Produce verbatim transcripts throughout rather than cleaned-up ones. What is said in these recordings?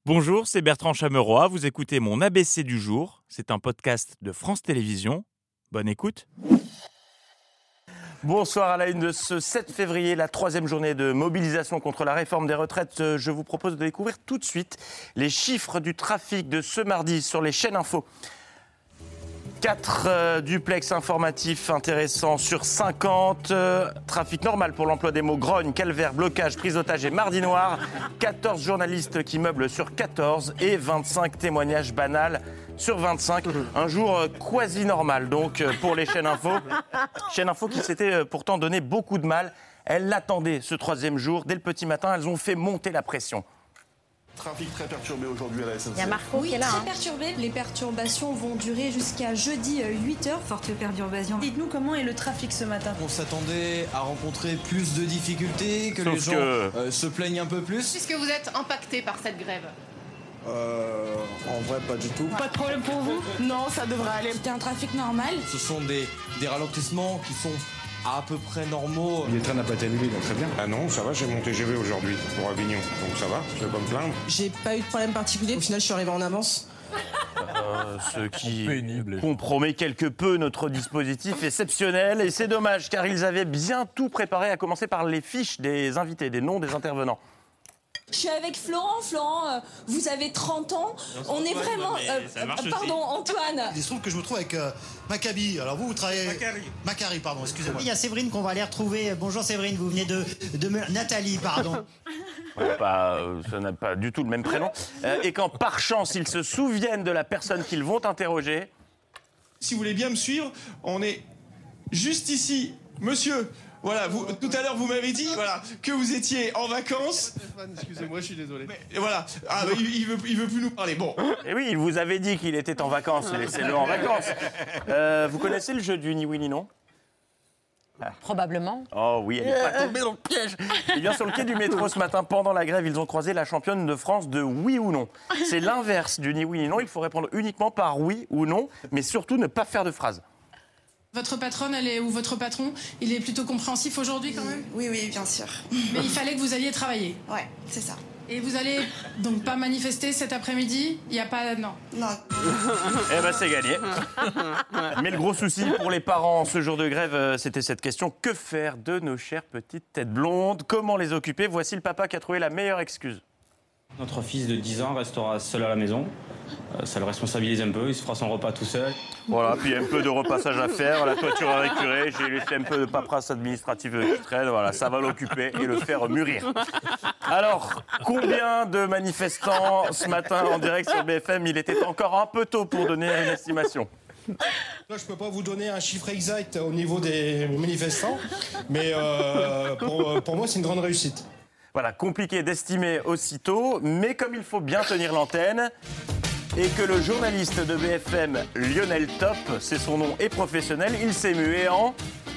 Bonjour, c'est Bertrand Chameroy, vous écoutez mon A B C du jour. C'est un podcast de France Télévisions. Bonne écoute. Bonsoir à la une de ce sept février, la troisième journée de mobilisation contre la réforme des retraites. Je vous propose de découvrir tout de suite les chiffres du trafic de ce mardi sur les chaînes info. quatre euh, duplex informatifs intéressants sur cinquante. Euh, trafic normal pour l'emploi des mots grogne, calvaire, blocage, prise d'otage et mardi noir. quatorze journalistes qui meublent sur quatorze et vingt-cinq témoignages banals sur vingt-cinq. Un jour euh, quasi normal donc euh, pour les chaînes info. Chaînes info qui s'étaient euh, pourtant donné beaucoup de mal. Elles l'attendaient ce troisième jour. Dès le petit matin, elles ont fait monter la pression. Trafic très perturbé aujourd'hui à la S N C F. Il y a Marco oui, qui est là. très Hein. perturbé. Les perturbations vont durer jusqu'à jeudi huit heures. Forte perturbation. Dites-nous comment est le trafic ce matin. On s'attendait à rencontrer plus de difficultés, que Sauf les gens que... euh, se plaignent un peu plus. Est-ce que vous êtes impacté par cette grève ? Euh, en vrai, pas du tout. Pas de problème pour vous ? Non, ça devrait aller. C'était un trafic normal. Ce sont des, des ralentissements qui sont à peu près normaux. Les trains n'a pas été annulé, donc très bien. Ah non, ça va, j'ai mon T G V aujourd'hui pour Avignon, donc ça va, je vais pas me plaindre. J'ai pas eu de problème particulier, au final je suis arrivé en avance. Euh, ce qui compromet quelque peu notre dispositif exceptionnel. Et c'est dommage, car ils avaient bien tout préparé, à commencer par les fiches des invités, des noms des intervenants. Je suis avec Florent. Florent, euh, vous avez trente ans. On est vraiment... Euh, euh, pardon, Antoine. Il se trouve que je me trouve avec euh, Maccabi. Alors vous, vous travaillez... Macari. Macari, pardon, excusez-moi. Il y a Séverine qu'on va aller retrouver. Bonjour Séverine, vous venez de... de me... Nathalie, pardon. Ouais, pas, euh, ça n'a pas du tout le même prénom. Euh, et quand, par chance, ils se souviennent de la personne qu'ils vont interroger... Si vous voulez bien me suivre, on est juste ici. Monsieur, voilà, vous, tout à l'heure, vous m'avez dit voilà, que vous étiez en vacances. Stéphane, excusez-moi, je suis désolé. Mais, voilà, ah, bah, il, il, veut, il veut plus nous parler. Bon. Et oui, il vous avait dit qu'il était en vacances, laissez-le en vacances. Euh, vous connaissez le jeu du ni oui ni non ? Probablement. Oh oui, elle n'est pas tombée dans le piège. Eh bien, sur le quai du métro ce matin, pendant la grève, ils ont croisé la championne de France de oui ou non. C'est l'inverse du ni oui ni non. Il faut répondre uniquement par oui ou non, mais surtout ne pas faire de phrase. Votre patronne, elle est, ou votre patron, il est plutôt compréhensif aujourd'hui quand même ? Oui, oui, bien sûr. Mais il fallait que vous alliez travailler. Ouais, c'est ça. Et vous allez donc pas manifester cet après-midi ? Il n'y a pas... Non. Non. Eh ben, c'est gagné. Mais le gros souci pour les parents ce jour de grève, c'était cette question. Que faire de nos chères petites têtes blondes ? Comment les occuper ? Voici le papa qui a trouvé la meilleure excuse. Notre fils de dix ans restera seul à la maison. Euh, ça le responsabilise un peu, il se fera son repas tout seul. Voilà, puis un peu de repassage à faire, la toiture à récurer, j'ai laissé un peu de paperasse administrative qui traîne, voilà, ça va l'occuper et le faire mûrir. Alors, combien de manifestants ce matin en direct sur B F M ? Il était encore un peu tôt pour donner une estimation. Là, je peux pas vous donner un chiffre exact au niveau des manifestants, mais euh, pour, pour moi, c'est une grande réussite. Voilà, compliqué d'estimer aussitôt, mais comme il faut bien tenir l'antenne, et que le journaliste de B F M, Lionel Top, c'est son nom et professionnel, il s'est mué en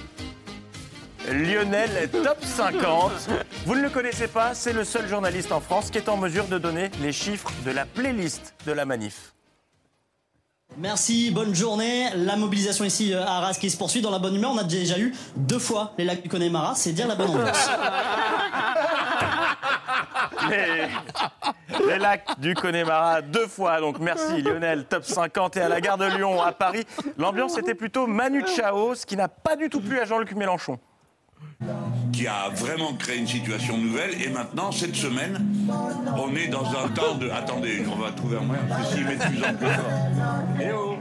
Lionel Top cinquante. Vous ne le connaissez pas, c'est le seul journaliste en France qui est en mesure de donner les chiffres de la playlist de la manif. Merci, bonne journée. La mobilisation ici à Arras qui se poursuit dans la bonne humeur. On a déjà eu deux fois les lacs du Connemara, c'est dire la bonne ambiance. Les, les lacs du Connemara deux fois, donc merci Lionel, top cinquante. Et à la gare de Lyon, à Paris, l'ambiance était plutôt Manu Chao, ce qui n'a pas du tout plu à Jean-Luc Mélenchon. Qui a vraiment créé une situation nouvelle, et maintenant, cette semaine, on est dans un temps de... Attendez, on va trouver un moyen, parce que s'ils mettent plus en plus fort... Eh oh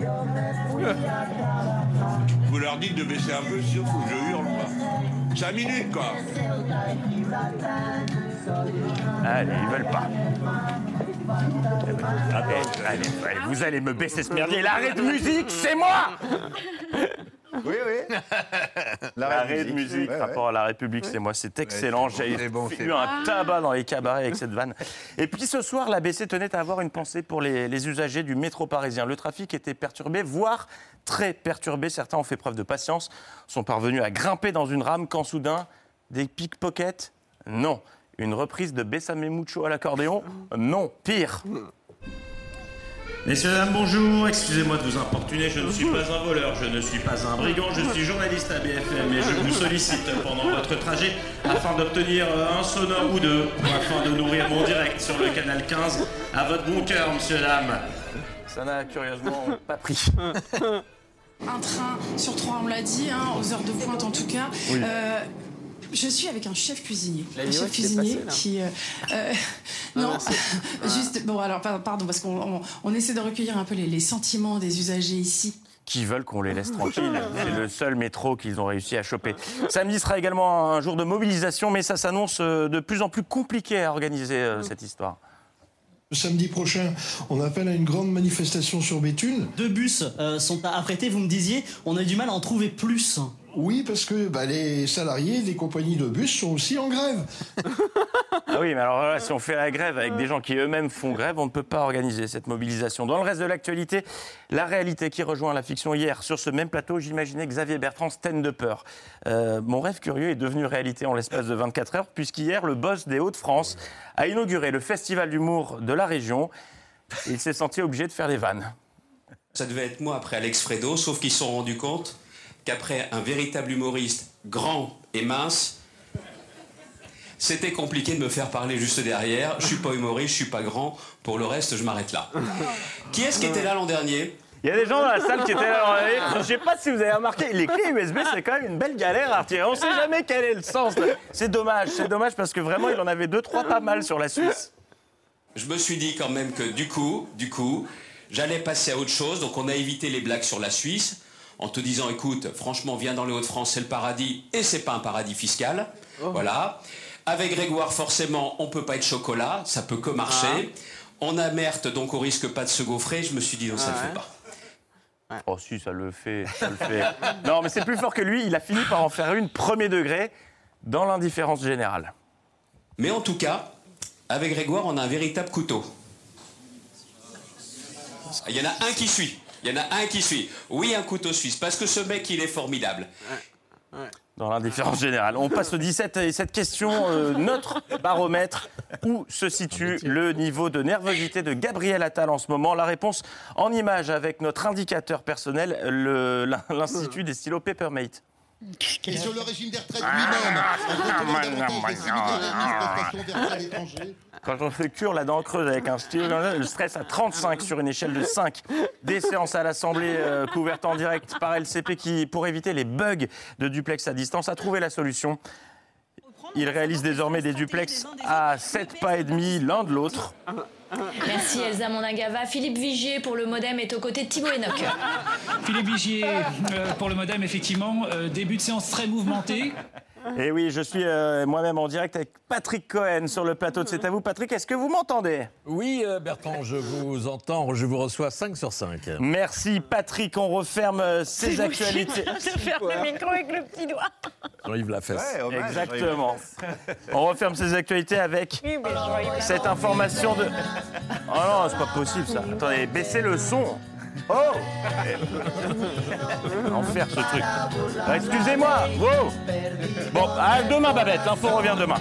Vous leur dites de baisser un peu, s'il faut que je hurle, moi. Cinq minutes, quoi. Allez, ils veulent pas. Allez, allez, allez, vous allez me baisser ce merdier. L'arrêt de musique, c'est moi. Oui, oui. L'arrêt de musique, ouais, rapport ouais. à la République, c'est moi, c'est excellent. Ouais, c'est bon, J'ai c'est bon, eu c'est un tabac dans les cabarets avec cette vanne. Et puis ce soir, l'A B C tenait à avoir une pensée pour les, les usagers du métro parisien. Le trafic était perturbé, voire très perturbé. Certains ont fait preuve de patience, sont parvenus à grimper dans une rame quand soudain, des pickpockets ? Non. Une reprise de Bésame Mucho à l'accordéon ? Non. Pire. Messieurs, dames, bonjour. Excusez-moi de vous importuner, je ne suis pas un voleur, je ne suis pas un brigand, je suis journaliste à B F M et je vous sollicite pendant votre trajet afin d'obtenir un sonore ou deux, afin de nourrir mon direct sur le canal quinze à votre bon cœur, messieurs, dames. Ça n'a curieusement pas pris. Un train sur trois, on l'a dit, hein, aux heures de pointe en tout cas. Oui. Euh, je suis avec un chef cuisinier. La un chef cuisinier qui. Euh, euh, non, Ah, juste. Bon, alors, pardon, parce qu'on on, on essaie de recueillir un peu les, les sentiments des usagers ici. Qui veulent qu'on les laisse tranquilles. C'est le seul métro qu'ils ont réussi à choper. Samedi sera également un jour de mobilisation, mais ça s'annonce de plus en plus compliqué à organiser, cette histoire. Samedi prochain, on appelle à une grande manifestation sur Béthune. Deux bus euh, sont à affréter, vous me disiez, on a eu du mal à en trouver plus. Oui, parce que bah, les salariés des compagnies de bus sont aussi en grève. Ah oui, mais alors là, si on fait la grève avec des gens qui eux-mêmes font grève, on ne peut pas organiser cette mobilisation. Dans le reste de l'actualité, la réalité qui rejoint la fiction. Hier, sur ce même plateau, j'imaginais Xavier Bertrand stand de peur. Euh, mon rêve curieux est devenu réalité en l'espace de vingt-quatre heures, puisqu'hier, le boss des Hauts-de-France a inauguré le festival d'humour de la région. Il s'est senti obligé de faire des vannes. Ça devait être moi après Alex Fredo, sauf qu'ils se sont rendus compte qu'après un véritable humoriste grand et mince, c'était compliqué de me faire parler juste derrière. Je suis pas humoriste, je suis pas grand. Pour le reste, je m'arrête là. Qui est-ce qui était là l'an dernier ? Il y a des gens dans la salle qui étaient là l'an dernier. Je ne sais pas si vous avez remarqué, les clés U S B, c'est quand même une belle galère à retirer. On ne sait jamais quel est le sens. C'est dommage, c'est dommage parce que vraiment, il en avait deux, trois pas mal sur la Suisse. Je me suis dit quand même que du coup, du coup, j'allais passer à autre chose. Donc on a évité les blagues sur la Suisse en te disant, écoute, franchement, viens dans les Hauts-de-France, c'est le paradis et c'est pas un paradis fiscal. Oh. Voilà. Avec Grégoire, forcément, on peut pas être chocolat, ça peut que marcher. Ah. On a Merthe, donc on risque pas de se gaufrer. Je me suis dit, non, ça ah, le fait pas. Oh si, ça le fait, ça le fait. Non, mais c'est plus fort que lui, il a fini par en faire une premier degré dans l'indifférence générale. Mais en tout cas, avec Grégoire, on a un véritable couteau. Il y en a un qui suit. Il y en a un qui suit. Oui, un couteau suisse, parce que ce mec, il est formidable. Dans l'indifférence générale. On passe au dix-sept et cette question, euh, notre baromètre, où se situe le niveau de nervosité de Gabriel Attal en ce moment? La réponse en image avec notre indicateur personnel, le, l'Institut des stylos Papermate. Et sur le régime des retraites lui-même, on retrouve davantage des civils prestations versées à l'étranger. Quand on fait cure la dent creuse avec un stylo, le stress à trente-cinq sur une échelle de cinq. Des séances à l'Assemblée euh, couvertes en direct par L C P qui, pour éviter les bugs de duplex à distance, a trouvé la solution. Il réalise désormais des duplex à sept pas et demi l'un de l'autre. Merci Elsa Mondagava. Philippe Vigier pour le modem est aux côtés de Thibaut Enoch. Philippe Vigier euh, pour le modem, effectivement. Euh, début de séance très mouvementé. Et oui, je suis euh, moi-même en direct avec Patrick Cohen sur le plateau de C'est à vous. Patrick, est-ce que vous m'entendez ? Oui, euh, Bertrand, je vous entends, je vous reçois cinq sur cinq. Merci Patrick, on referme euh, ces C'est actualités. Je ferme le micro avec le petit doigt. Jean-Yves Lafesse. Ouais, hommage, exactement. On referme ces actualités avec oui, cette information de... Oh non, c'est pas possible ça. Attendez, baissez le son. Oh Enfer ce truc. Ah, excusez-moi. Wow. Bon, à demain Babette, l'info revient demain.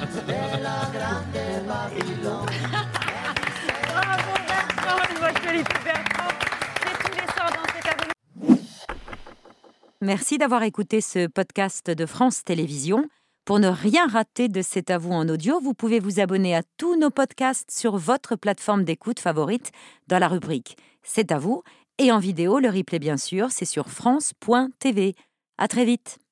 Bravo Bertrand, une actualité Bertrand. C'est tous les soirs dans C'est à vous. Merci d'avoir écouté ce podcast de France Télévisions. Pour ne rien rater de C'est à vous en audio, vous pouvez vous abonner à tous nos podcasts sur votre plateforme d'écoute favorite dans la rubrique C'est à vous. Et en vidéo, le replay bien sûr, c'est sur France point T V. À très vite.